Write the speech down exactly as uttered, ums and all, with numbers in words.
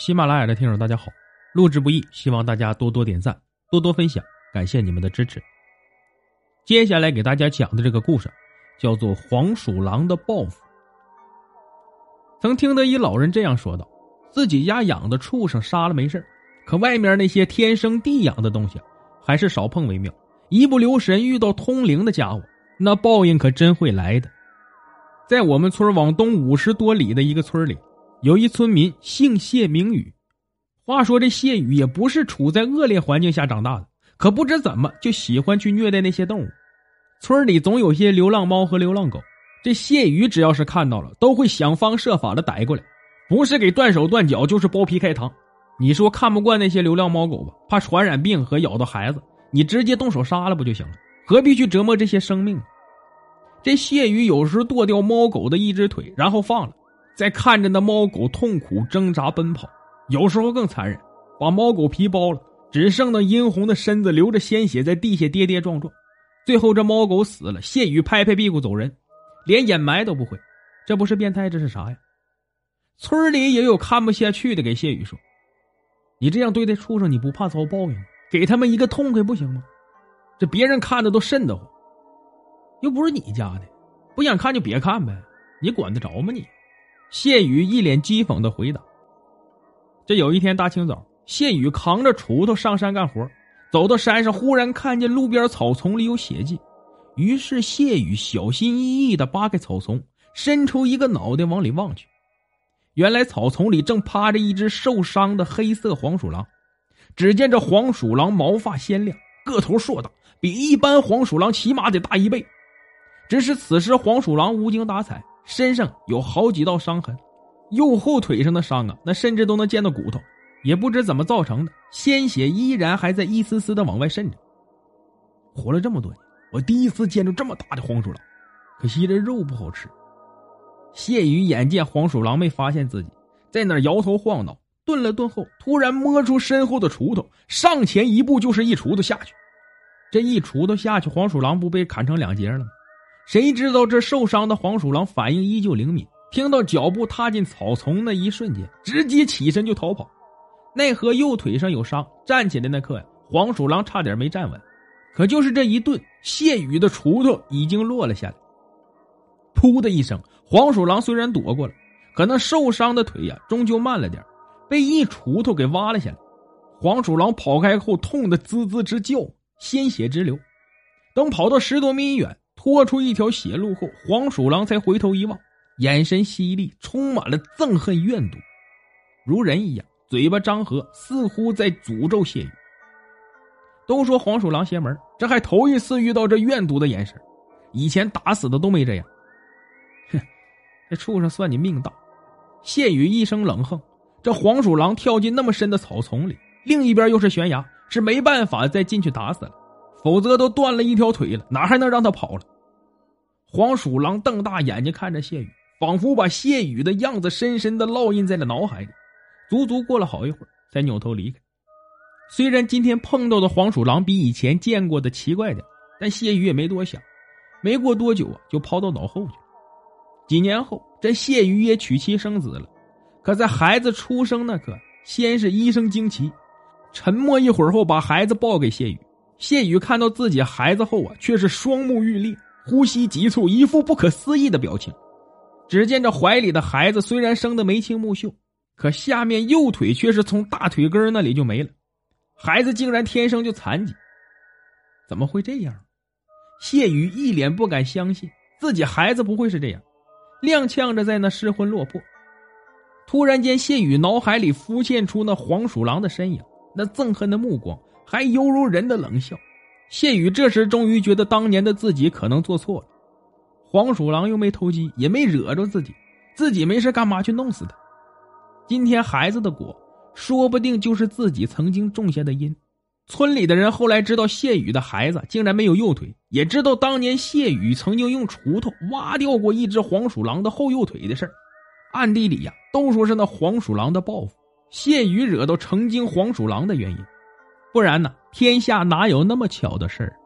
喜马拉雅的听友大家好，录制不易，希望大家多多点赞，多多分享，感谢你们的支持。接下来给大家讲的这个故事叫做黄鼠狼的报复。曾听得一老人这样说道，自己家养的畜生杀了没事，可外面那些天生地养的东西还是少碰为妙，一不留神遇到通灵的家伙，那报应可真会来的。在我们村往东五十多里的一个村里，有一村民姓谢名宇。话说这谢宇也不是处在恶劣环境下长大的，可不知怎么就喜欢去虐待那些动物。村里总有些流浪猫和流浪狗，这谢宇只要是看到了，都会想方设法的逮过来，不是给断手断脚，就是剥皮开膛。你说看不惯那些流浪猫狗吧，怕传染病和咬到孩子，你直接动手杀了不就行了，何必去折磨这些生命呢？这谢宇有时剁掉猫狗的一只腿，然后放了，再看着那猫狗痛苦挣扎奔跑，有时候更残忍，把猫狗皮剥了，只剩那殷红的身子流着鲜血在地下跌跌撞撞。最后这猫狗死了，谢宇拍拍屁股走人，连掩埋都不会，这不是变态这是啥呀？村里也有看不下去的，给谢宇说，你这样对待畜生，你不怕遭报应吗？给他们一个痛快不行吗？这别人看的都瘆得慌，又不是你家的，不想看就别看呗，你管得着吗你？谢宇一脸讥讽的回答。这有一天大清早，谢宇扛着锄头上山干活，走到山上，忽然看见路边草丛里有血迹，于是谢宇小心翼翼地扒开草丛，伸出一个脑袋往里望去。原来草丛里正趴着一只受伤的黑色黄鼠狼。只见这黄鼠狼毛发鲜亮，个头硕大，比一般黄鼠狼起码得大一倍。只是此时黄鼠狼无精打采，身上有好几道伤痕，右后腿上的伤啊，那甚至都能见到骨头，也不知怎么造成的，鲜血依然还在一丝丝的往外渗着。活了这么多年，我第一次见着这么大的黄鼠狼，可惜这肉不好吃。谢宇眼见黄鼠狼没发现自己，在那儿摇头晃脑，顿了顿后，突然摸出身后的锄头，上前一步就是一锄头下去。这一锄头下去，黄鼠狼不被砍成两截了吗？谁知道这受伤的黄鼠狼反应依旧灵敏，听到脚步踏进草丛那一瞬间，直接起身就逃跑。奈何右腿上有伤，站起来那刻呀，黄鼠狼差点没站稳。可就是这一顿，谢宇的锄头已经落了下来。噗的一声，黄鼠狼虽然躲过了，可那受伤的腿呀，终究慢了点，被一锄头给挖了下来。黄鼠狼跑开后，痛得滋滋直叫，鲜血直流。等跑到十多米远，拖出一条血路后，黄鼠狼才回头一望，眼神犀利，充满了憎恨怨毒，如人一样，嘴巴张合，似乎在诅咒谢宇。都说黄鼠狼邪门，这还头一次遇到这怨毒的眼神，以前打死的都没这样。哼，这畜生算你命大。谢宇一声冷哼，这黄鼠狼跳进那么深的草丛里，另一边又是悬崖，是没办法再进去打死了，否则都断了一条腿了，哪还能让他跑了？黄鼠狼瞪大眼睛看着谢宇，仿佛把谢宇的样子深深地烙印在了脑海里。足足过了好一会儿，才扭头离开。虽然今天碰到的黄鼠狼比以前见过的奇怪点，但谢宇也没多想，没过多久啊，就抛到脑后去了。几年后，这谢宇也娶妻生子了。可在孩子出生那刻，先是一声惊奇，沉默一会儿后，把孩子抱给谢宇。谢宇看到自己孩子后啊，却是双目欲裂，呼吸急促，一副不可思议的表情。只见这怀里的孩子虽然生得眉清目秀，可下面右腿却是从大腿根那里就没了，孩子竟然天生就残疾。怎么会这样？谢宇一脸不敢相信自己孩子不会是这样，踉跄着在那失魂落魄。突然间，谢宇脑海里浮现出那黄鼠狼的身影，那憎恨的目光，还犹如人的冷笑。谢宇这时终于觉得当年的自己可能做错了，黄鼠狼又没偷鸡，也没惹着自己，自己没事干嘛去弄死他？今天孩子的果，说不定就是自己曾经种下的因。村里的人后来知道谢宇的孩子竟然没有右腿，也知道当年谢宇曾经用锄头挖掉过一只黄鼠狼的后右腿的事儿。暗地里呀，都说是那黄鼠狼的报复，谢宇惹到成精黄鼠狼的原因。不然呢，天下哪有那么巧的事儿？